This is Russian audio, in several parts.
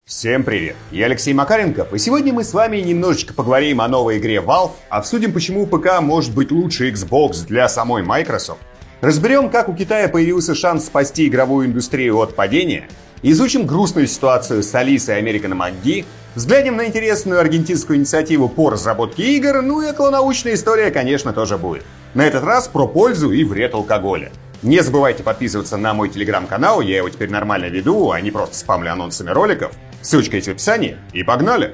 Всем привет! Я Алексей Макаренков, и сегодня мы с вами немножечко поговорим о новой игре Valve, обсудим, почему ПК может быть лучше Xbox для самой Microsoft, разберем, как у Китая появился шанс спасти игровую индустрию от падения, изучим грустную ситуацию с Алисой и American McGee, взглянем на интересную аргентинскую инициативу по разработке игр, ну и околонаучная история, конечно, тоже будет. На этот раз про пользу и вред алкоголя. Не забывайте подписываться на мой телеграм-канал, я его теперь нормально веду, а не просто спамлю анонсами роликов. Ссылочка есть в описании, и погнали!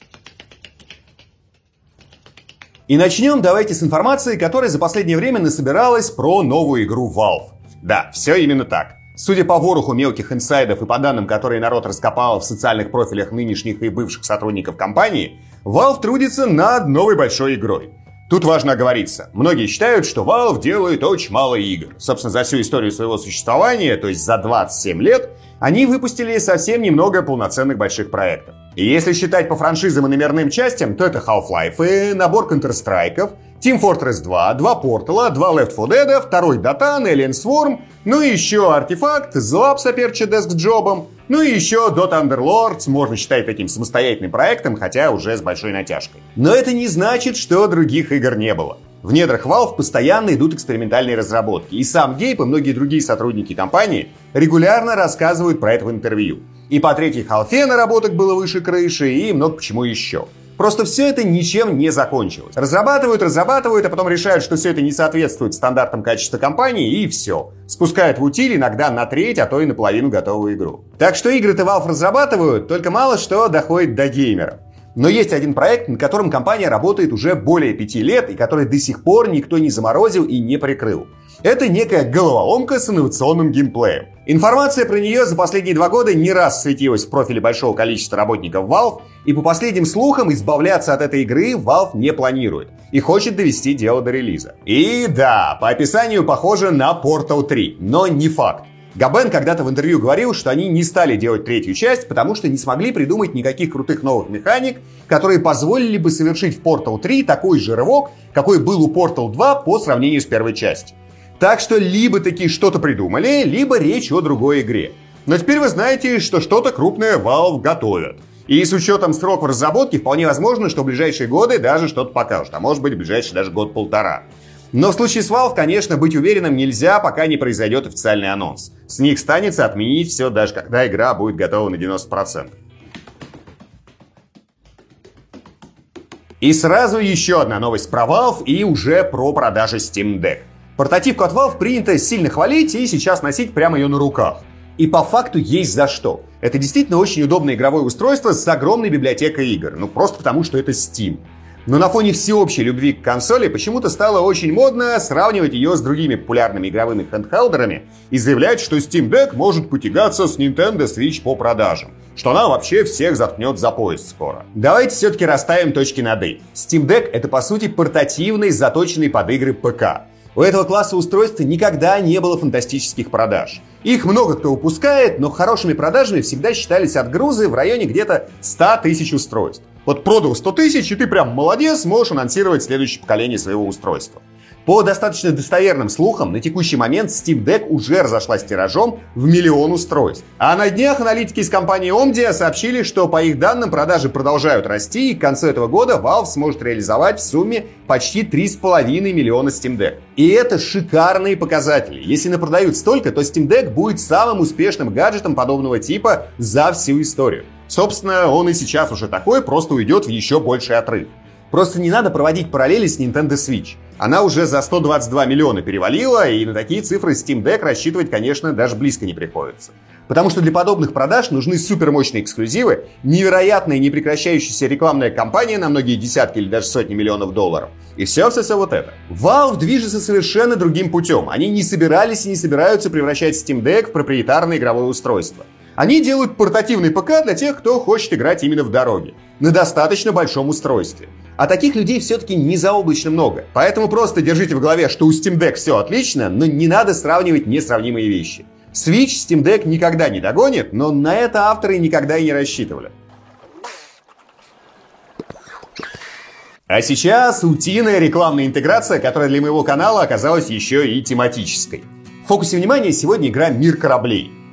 И начнем давайте с информации, которая за последнее время насобиралась про новую игру Valve. Да, все именно так. Судя по вороху мелких инсайдов и по данным, которые народ раскопал в социальных профилях нынешних и бывших сотрудников компании, Valve трудится над новой большой игрой. Тут важно оговориться. Многие считают, что Valve делает очень мало игр. Собственно, за всю историю своего существования, то есть за 27 лет, они выпустили совсем немного полноценных больших проектов. И если считать по франшизам и номерным частям, то это Half-Life, набор Counter-Strike'ов, Team Fortress 2, 2 Portal, 2 Left 4 Dead, 2 Dota, Alien Swarm, ну и еще Артефакт, Zlab соперча деск-джобом, ну и еще Dota Underlords можно считать таким самостоятельным проектом, хотя уже с большой натяжкой. Но это не значит, что других игр не было. В недрах Valve постоянно идут экспериментальные разработки, и сам Гейб и многие другие сотрудники компании регулярно рассказывают про это в интервью. И по третьей халфе наработок было выше крыши, и много почему еще. Просто все это ничем не закончилось. Разрабатывают, а потом решают, что все это не соответствует стандартам качества компании, и все. Спускают в утиль иногда на треть, а то и наполовину готовую игру. Так что игры-то Valve разрабатывают, только мало что доходит до геймеров. Но есть один проект, над которым компания работает уже более 5 лет, и который до сих пор никто не заморозил и не прикрыл. Это некая головоломка с инновационным геймплеем. Информация про нее за последние 2 года не раз светилась в профиле большого количества работников Valve, и по последним слухам избавляться от этой игры Valve не планирует и хочет довести дело до релиза. И да, по описанию похоже на Portal 3, но не факт. Габен когда-то в интервью говорил, что они не стали делать третью часть, потому что не смогли придумать никаких крутых новых механик, которые позволили бы совершить в Portal 3 такой же рывок, какой был у Portal 2 по сравнению с первой частью. Так что либо таки что-то придумали, либо речь о другой игре. Но теперь вы знаете, что что-то крупное Valve готовят. И с учетом сроков разработки вполне возможно, что в ближайшие годы даже что-то покажут, а может быть в ближайший даже год-полтора. Но в случае с Valve, конечно, быть уверенным нельзя, пока не произойдет официальный анонс. С них станется отменить все, даже когда игра будет готова на 90%. И сразу еще одна новость про Valve и уже про продажи Steam Deck. Портативку от Valve принято сильно хвалить и сейчас носить прямо ее на руках. И по факту есть за что. Это действительно очень удобное игровое устройство с огромной библиотекой игр. Ну просто потому, что это Steam. Но на фоне всеобщей любви к консоли почему-то стало очень модно сравнивать ее с другими популярными игровыми хендхелдерами и заявлять, что Steam Deck может потягаться с Nintendo Switch по продажам. Что она вообще всех заткнет за пояс скоро. Давайте все-таки расставим точки над «и». Steam Deck — это по сути портативный, заточенный под игры ПК. У этого класса устройств никогда не было фантастических продаж. Их много кто упускает, но хорошими продажами всегда считались отгрузы в районе где-то 100 тысяч устройств. Вот продал 100 тысяч, и ты прям молодец, можешь анонсировать следующее поколение своего устройства. По достаточно достоверным слухам, на текущий момент Steam Deck уже разошлась тиражом в 1 миллион устройств. А на днях аналитики из компании Omdia сообщили, что по их данным продажи продолжают расти, и к концу этого года Valve сможет реализовать в сумме почти 3,5 миллиона Steam Deck. И это шикарные показатели. Если напродают столько, то Steam Deck будет самым успешным гаджетом подобного типа за всю историю. Собственно, он и сейчас уже такой, просто уйдет в еще больший отрыв. Просто не надо проводить параллели с Nintendo Switch. Она уже за 122 миллиона перевалила, и на такие цифры Steam Deck рассчитывать, конечно, даже близко не приходится. Потому что для подобных продаж нужны супермощные эксклюзивы, невероятная непрекращающаяся рекламная кампания на многие десятки или даже сотни миллионов долларов. И все вот это. Valve движется совершенно другим путем. Они не собирались и не собираются превращать Steam Deck в проприетарное игровое устройство. Они делают портативный ПК для тех, кто хочет играть именно в дороге, на достаточно большом устройстве. А таких людей все-таки не заоблачно много. Поэтому просто держите в голове, что у Steam Deck все отлично, но не надо сравнивать несравнимые вещи. Switch Steam Deck никогда не догонит, но на это авторы никогда и не рассчитывали. А сейчас утиная рекламная интеграция, которая для моего канала оказалась еще и тематической. В фокусе внимания сегодня игра «Мир кораблей».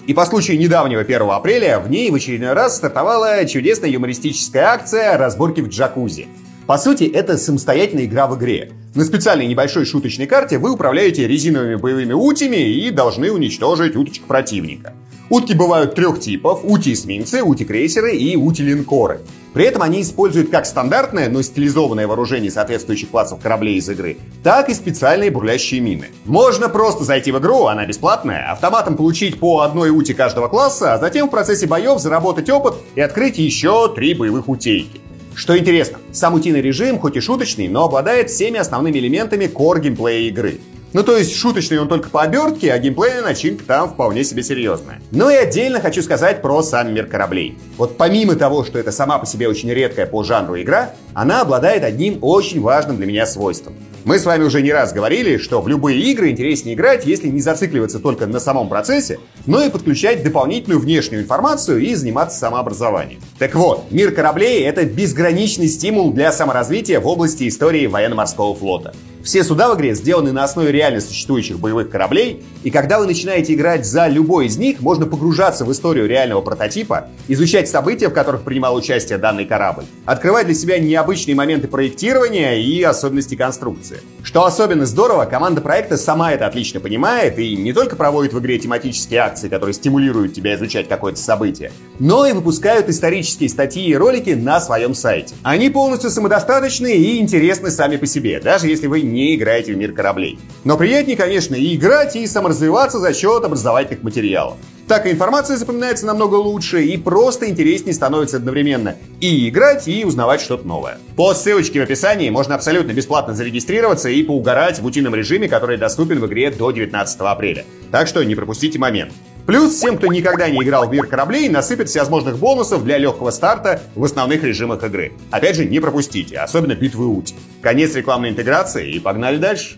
И по случаю недавнего 1 апреля в ней в очередной раз стартовала чудесная юмористическая акция разборки в джакузи. По сути, это самостоятельная игра в игре. На специальной небольшой шуточной карте вы управляете резиновыми боевыми утями и должны уничтожить уточек противника. Утки бывают 3 типов: ути-эсминцы, ути-крейсеры и ути-линкоры. При этом они используют как стандартное, но стилизованное вооружение соответствующих классов кораблей из игры, так и специальные бурлящие мины. Можно просто зайти в игру, она бесплатная, автоматом получить по одной ути каждого класса, а затем в процессе боев заработать опыт и открыть еще 3 боевых утейки. Что интересно, сам утиный режим, хоть и шуточный, но обладает всеми основными элементами core-геймплея игры. Ну то есть шуточный он только по обертке, а геймплейная начинка там вполне себе серьезная. Ну и отдельно хочу сказать про сам мир кораблей. Вот помимо того, что это сама по себе очень редкая по жанру игра, она обладает одним очень важным для меня свойством. Мы с вами уже не раз говорили, что в любые игры интереснее играть, если не зацикливаться только на самом процессе, но и подключать дополнительную внешнюю информацию и заниматься самообразованием. Так вот, мир кораблей — это безграничный стимул для саморазвития в области истории военно-морского флота. Все суда в игре сделаны на основе реально существующих боевых кораблей, и когда вы начинаете играть за любой из них, можно погружаться в историю реального прототипа, изучать события, в которых принимал участие данный корабль, открывать для себя необычные моменты проектирования и особенности конструкции. Что особенно здорово, команда проекта сама это отлично понимает и не только проводит в игре тематические акции, которые стимулируют тебя изучать какое-то событие, но и выпускают исторические статьи и ролики на своем сайте. Они полностью самодостаточны и интересны сами по себе, даже если вы не играете в мир кораблей. Но приятнее, конечно, и играть, и саморазвиваться за счет образовательных материалов. Так и информация запоминается намного лучше, и просто интереснее становится одновременно и играть, и узнавать что-то новое. По ссылочке в описании можно абсолютно бесплатно зарегистрироваться и поугарать в утином режиме, который доступен в игре до 19 апреля. Так что не пропустите момент. Плюс всем, кто никогда не играл в мир кораблей, насыпят всевозможных бонусов для легкого старта в основных режимах игры. Опять же, не пропустите, особенно битвы ути. Конец рекламной интеграции и погнали дальше.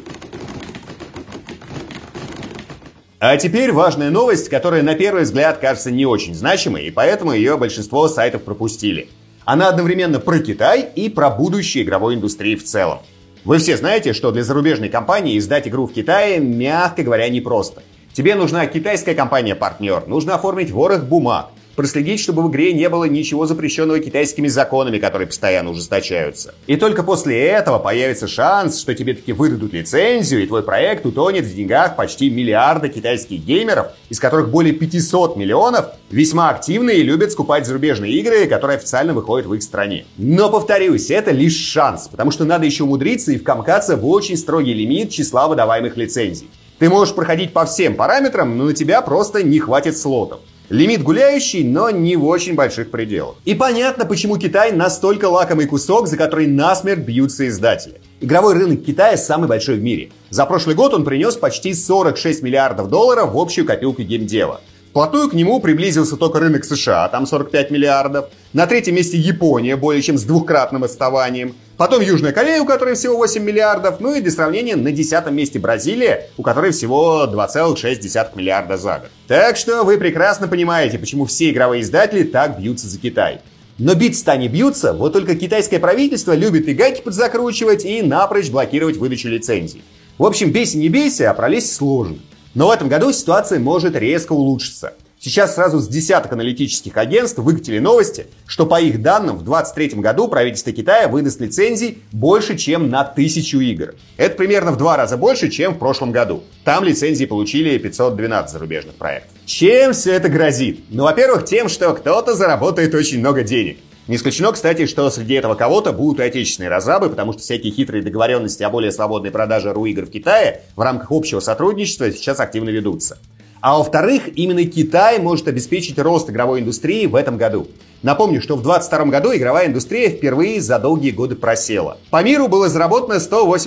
А теперь важная новость, которая на первый взгляд кажется не очень значимой, и поэтому ее большинство сайтов пропустили. Она одновременно про Китай и про будущее игровой индустрии в целом. Вы все знаете, что для зарубежной компании издать игру в Китае, мягко говоря, непросто. Тебе нужна китайская компания-партнер, нужно оформить ворох бумаг, проследить, чтобы в игре не было ничего запрещенного китайскими законами, которые постоянно ужесточаются. И только после этого появится шанс, что тебе таки выдадут лицензию, и твой проект утонет в деньгах почти миллиарда китайских геймеров, из которых более 500 миллионов весьма активны и любят скупать зарубежные игры, которые официально выходят в их стране. Но, повторюсь, это лишь шанс, потому что надо еще умудриться и вкомкаться в очень строгий лимит числа выдаваемых лицензий. Ты можешь проходить по всем параметрам, но на тебя просто не хватит слотов. Лимит гуляющий, но не в очень больших пределах. И понятно, почему Китай настолько лакомый кусок, за который насмерть бьются издатели. Игровой рынок Китая самый большой в мире. За прошлый год он принес почти 46 миллиардов долларов в общую копилку геймдева. Вплотную к нему приблизился только рынок США, там 45 миллиардов. На третьем месте Япония, более чем с двукратным отставанием. Потом Южная Корея, у которой всего 8 миллиардов. Ну и для сравнения на 10-м месте Бразилия, у которой всего 2,6 миллиарда за год. Так что вы прекрасно понимаете, почему все игровые издатели так бьются за Китай. Но биться-то они бьются, вот только китайское правительство любит и гайки подзакручивать, и напрочь блокировать выдачу лицензий. В общем, бейся не бейся, а пролезть сложно. Но в этом году ситуация может резко улучшиться. Сейчас сразу с десяток аналитических агентств выкатили новости, что по их данным в 2023 году правительство Китая выдаст лицензий больше, чем на 1000 игр. Это примерно в 2 раза больше, чем в прошлом году. Там лицензии получили 512 зарубежных проектов. Чем все это грозит? Ну, во-первых, тем, что кто-то заработает очень много денег. Не исключено, кстати, что среди этого кого-то будут и отечественные разрабы, потому что всякие хитрые договоренности о более свободной продаже РУ-игр в Китае в рамках общего сотрудничества сейчас активно ведутся. А во-вторых, именно Китай может обеспечить рост игровой индустрии в этом году. Напомню, что в 2022 году игровая индустрия впервые за долгие годы просела. По миру было заработано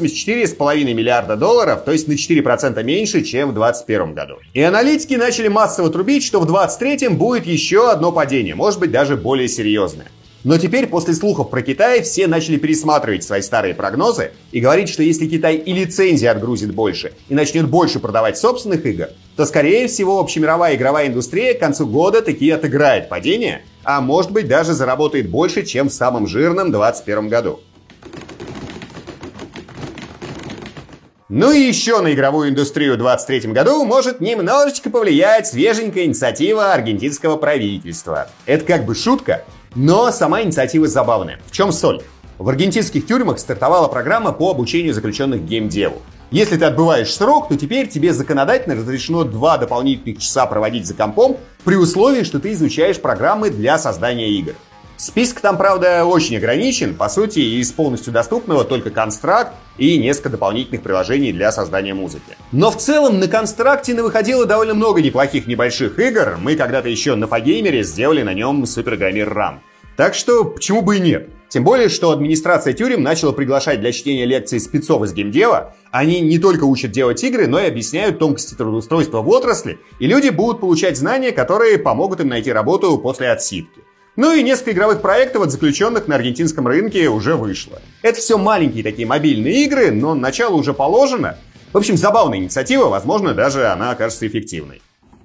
184,5 миллиарда долларов, то есть на 4% меньше, чем в 2021 году. И аналитики начали массово трубить, что в 2023 будет еще одно падение, может быть даже более серьезное. Но теперь, после слухов про Китай, все начали пересматривать свои старые прогнозы и говорить, что если Китай и лицензии отгрузит больше, и начнет больше продавать собственных игр, то, скорее всего, общемировая игровая индустрия к концу года таки отыграет падение, а может быть даже заработает больше, чем в самом жирном 2021 году. Ну и еще на игровую индустрию в 2023 году может немножечко повлиять свеженькая инициатива аргентинского правительства. Это как бы шутка, но сама инициатива забавная. В чем соль? В аргентинских тюрьмах стартовала программа по обучению заключенных геймдеву. Если ты отбываешь срок, то теперь тебе законодательно разрешено 2 дополнительных часа проводить за компом при условии, что ты изучаешь программы для создания игр. Список там, правда, очень ограничен. По сути, из полностью доступного только Construct и несколько дополнительных приложений для создания музыки. Но в целом на Construct выходило довольно много неплохих небольших игр. Мы когда-то еще на Фагеймере сделали на нем Супергамир Рам. Так что почему бы и нет? Тем более, что администрация тюрем начала приглашать для чтения лекций спецов из геймдева. Они не только учат делать игры, но и объясняют тонкости трудоустройства в отрасли, и люди будут получать знания, которые помогут им найти работу после отсидки. Ну и несколько игровых проектов от заключенных на аргентинском рынке уже вышло. Это все маленькие такие мобильные игры, но начало уже положено. В общем, забавная инициатива, возможно, даже она окажется эффективной.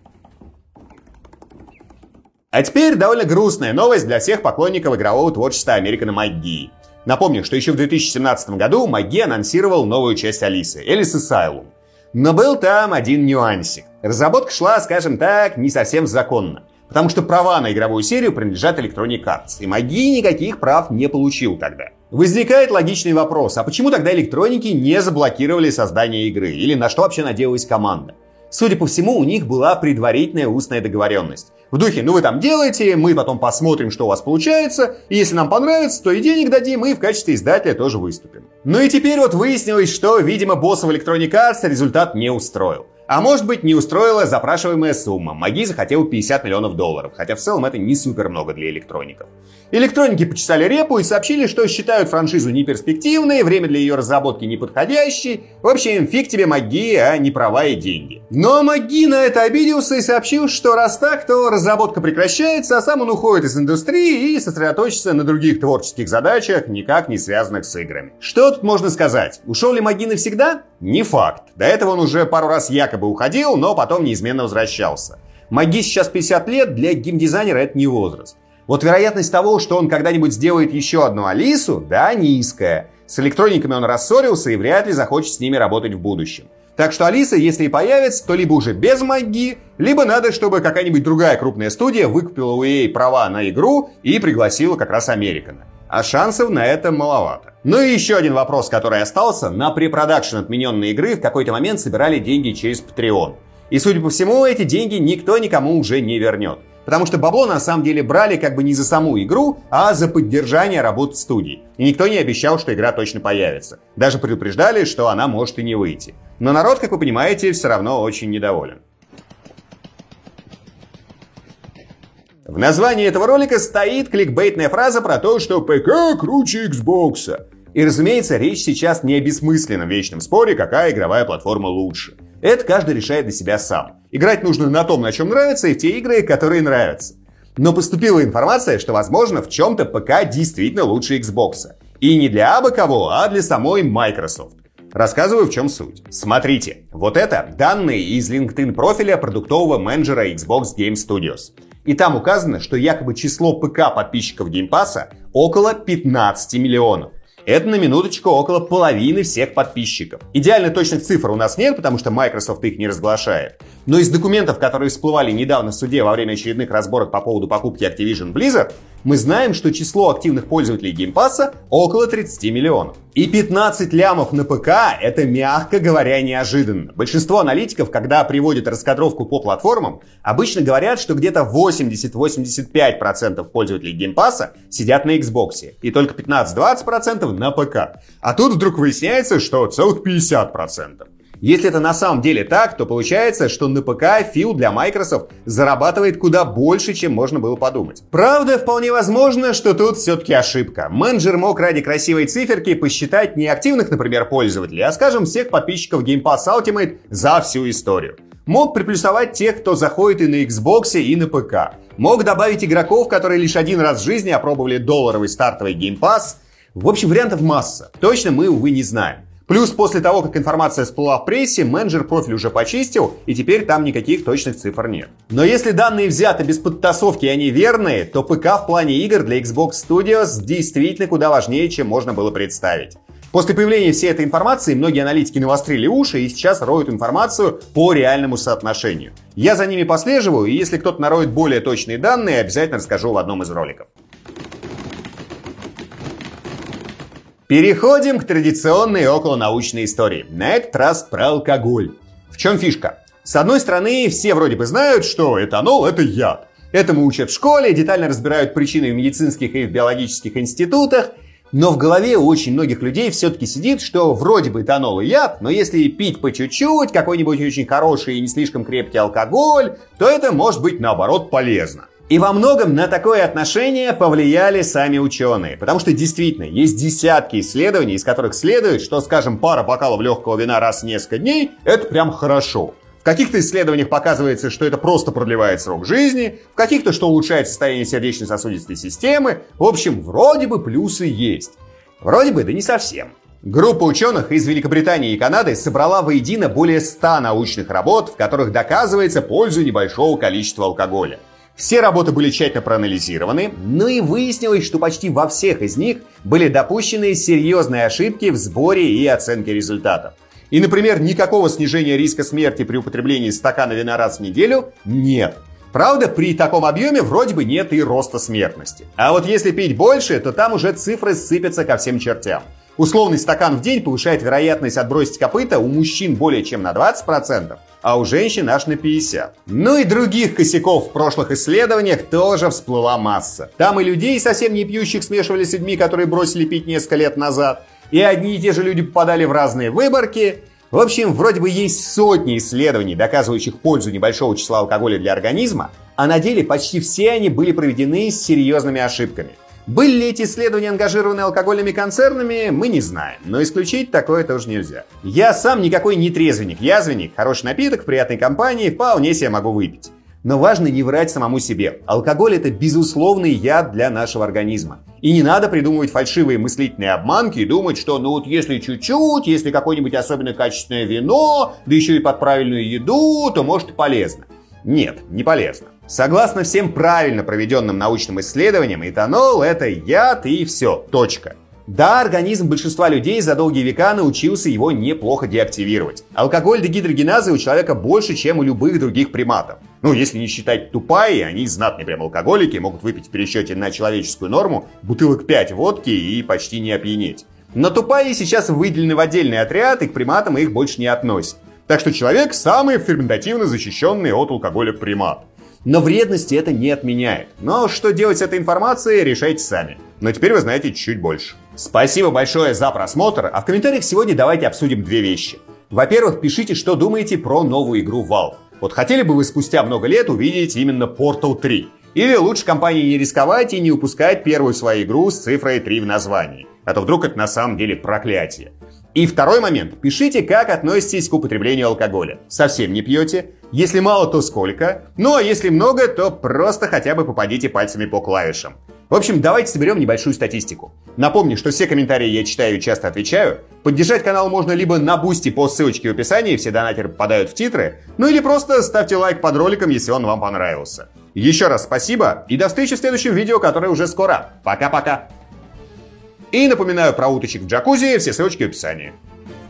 А теперь довольно грустная новость для всех поклонников игрового творчества американо McGee. Напомню, что еще в 2017 году McGee анонсировал новую часть Алисы, Alice Asylum. Но был там один нюансик. Разработка шла, скажем так, не совсем законно. Потому что права на игровую серию принадлежат Electronic Arts, и McGee никаких прав не получил тогда. Возникает логичный вопрос, а почему тогда электроники не заблокировали создание игры? Или на что вообще надеялась команда? Судя по всему, у них была предварительная устная договоренность. В духе, ну вы там делаете, мы потом посмотрим, что у вас получается, и если нам понравится, то и денег дадим, и в качестве издателя тоже выступим. Ну и теперь вот выяснилось, что, видимо, боссов Electronic Arts результат не устроил. А может быть, не устроила запрашиваемая сумма. McGee захотел $50 миллионов, хотя в целом это не супер много для электроников. Электроники почесали репу и сообщили, что считают франшизу неперспективной, время для ее разработки неподходящее. В общем, фиг тебе, McGee, а не права и деньги. Но McGee на это обиделся и сообщил, что раз так, то разработка прекращается, а сам он уходит из индустрии и сосредоточится на других творческих задачах, никак не связанных с играми. Что тут можно сказать? Ушел ли McGee навсегда? Не факт. До этого он уже пару раз якобы уходил, но потом неизменно возвращался. McGee сейчас 50 лет, для геймдизайнера это не возраст. Вот вероятность того, что он когда-нибудь сделает еще одну Алису, да, низкая. С электрониками он рассорился и вряд ли захочет с ними работать в будущем. Так что Алиса, если и появится, то либо уже без McGee, либо надо, чтобы какая-нибудь другая крупная студия выкупила у EA права на игру и пригласила как раз Американа. А шансов на это маловато. Ну и еще один вопрос, который остался. На препродакшн отмененной игры в какой-то момент собирали деньги через Patreon. И, судя по всему, эти деньги никто никому уже не вернет. Потому что бабло на самом деле брали как бы не за саму игру, а за поддержание работы студии. И никто не обещал, что игра точно появится. Даже предупреждали, что она может и не выйти. Но народ, как вы понимаете, все равно очень недоволен. В названии этого ролика стоит кликбейтная фраза про то, что ПК круче Xbox. И, разумеется, речь сейчас не о бессмысленном вечном споре, какая игровая платформа лучше. Это каждый решает для себя сам. Играть нужно на том, на чем нравится, и в те игры, которые нравятся. Но поступила информация, что, возможно, в чем-то ПК действительно лучше Xbox. И не для абы кого, а для самой Microsoft. Рассказываю, в чем суть. Смотрите, вот это данные из LinkedIn профиля продуктового менеджера Xbox Game Studios. И там указано, что якобы число ПК подписчиков Game Pass около 15 миллионов. Это на минуточку около половины всех подписчиков. Идеально точных цифр у нас нет, потому что Microsoft их не разглашает. Но из документов, которые всплывали недавно в суде во время очередных разборок по поводу покупки Activision Blizzard, мы знаем, что число активных пользователей Game Pass около 30 миллионов. И 15 лямов на ПК — это, мягко говоря, неожиданно. Большинство аналитиков, когда приводят раскадровку по платформам, обычно говорят, что где-то 80-85% пользователей Game Pass сидят на Xbox, и только 15-20% на ПК. А тут вдруг выясняется, что целых 50%. Если это на самом деле так, то получается, что на ПК Фил для Microsoft зарабатывает куда больше, чем можно было подумать. Правда, вполне возможно, что тут все-таки ошибка. Менеджер мог ради красивой циферки посчитать не активных, например, пользователей, а, скажем, всех подписчиков Game Pass Ultimate за всю историю. Мог приплюсовать тех, кто заходит и на Xbox, и на ПК. Мог добавить игроков, которые лишь один раз в жизни опробовали долларовый стартовый Game Pass. В общем, вариантов масса. Точно мы, увы, не знаем. Плюс после того, как информация всплыла в прессе, менеджер профиль уже почистил, и теперь там никаких точных цифр нет. Но если данные взяты без подтасовки и они верные, то ПК в плане игр для Xbox Studios действительно куда важнее, чем можно было представить. После появления всей этой информации многие аналитики навострили уши и сейчас роют информацию по реальному соотношению. Я за ними послеживаю, и если кто-то нароет более точные данные, обязательно расскажу в одном из роликов. Переходим к традиционной околонаучной истории. На этот раз про алкоголь. В чем фишка? С одной стороны, все вроде бы знают, что этанол – это яд. Этому учат в школе, детально разбирают причины в медицинских и в биологических институтах. Но в голове у очень многих людей все-таки сидит, что вроде бы этанол и яд, но если пить по чуть-чуть, какой-нибудь очень хороший и не слишком крепкий алкоголь, то это может быть наоборот полезно. И во многом на такое отношение повлияли сами ученые. Потому что действительно есть десятки исследований, из которых следует, что, скажем, пара бокалов легкого вина раз в несколько дней – это прям хорошо. В каких-то исследованиях показывается, что это просто продлевает срок жизни, в каких-то, что улучшает состояние сердечно-сосудистой системы. В общем, вроде бы плюсы есть. Вроде бы, да не совсем. Группа ученых из Великобритании и Канады собрала воедино более 100 научных работ, в которых доказывается польза небольшого количества алкоголя. Все работы были тщательно проанализированы, но и выяснилось, что почти во всех из них были допущены серьезные ошибки в сборе и оценке результатов. И, например, никакого снижения риска смерти при употреблении стакана вина раз в неделю нет. Правда, при таком объеме вроде бы нет и роста смертности. А вот если пить больше, то там уже цифры сыпятся ко всем чертям. Условный стакан в день повышает вероятность отбросить копыта у мужчин более чем на 20%, а у женщин аж на 50%. Ну и других косяков в прошлых исследованиях тоже всплыла масса. Там и людей, совсем не пьющих, смешивали с людьми, которые бросили пить несколько лет назад. И одни и те же люди попадали в разные выборки. В общем, вроде бы есть сотни исследований, доказывающих пользу небольшого числа алкоголя для организма, а на деле почти все они были проведены с серьезными ошибками. Были ли эти исследования ангажированы алкогольными концернами, мы не знаем, но исключить такое тоже нельзя. Я сам никакой не трезвенник, язвенник, хороший напиток в приятной компании вполне себе могу выпить. Но важно не врать самому себе. Алкоголь – это безусловный яд для нашего организма. И не надо придумывать фальшивые мыслительные обманки и думать, что ну вот если чуть-чуть, если какое-нибудь особенно качественное вино, да еще и под правильную еду, то может и полезно. Нет, не полезно. Согласно всем правильно проведенным научным исследованиям, этанол – это яд и все, точка. Да, организм большинства людей за долгие века научился его неплохо деактивировать. Алкоголь дегидрогеназы у человека больше, чем у любых других приматов. Ну, если не считать тупаи, они знатные прям алкоголики, могут выпить в пересчете на человеческую норму бутылок 5 водки и почти не опьянеть. Но тупаи сейчас выделены в отдельный отряд, и к приматам их больше не относят. Так что человек самый ферментативно защищенный от алкоголя примат. Но вредности это не отменяет. Но что делать с этой информацией, решайте сами. Но теперь вы знаете чуть больше. Спасибо большое за просмотр, а в комментариях сегодня давайте обсудим две вещи. Во-первых, пишите, что думаете про новую игру Valve. Вот хотели бы вы спустя много лет увидеть именно Portal 3? Или лучше компании не рисковать и не упускать первую свою игру с цифрой 3 в названии? А то вдруг это на самом деле проклятие. И второй момент. Пишите, как относитесь к употреблению алкоголя. Совсем не пьете? Если мало, то сколько? Ну а если много, то просто хотя бы попадите пальцами по клавишам. В общем, давайте соберем небольшую статистику. Напомню, что все комментарии я читаю и часто отвечаю. Поддержать канал можно либо на Бусти по ссылочке в описании, все донатеры попадают в титры, ну или просто ставьте лайк под роликом, если он вам понравился. Еще раз спасибо и до встречи в следующем видео, которое уже скоро. Пока-пока. И напоминаю про уточек в джакузи, все ссылочки в описании.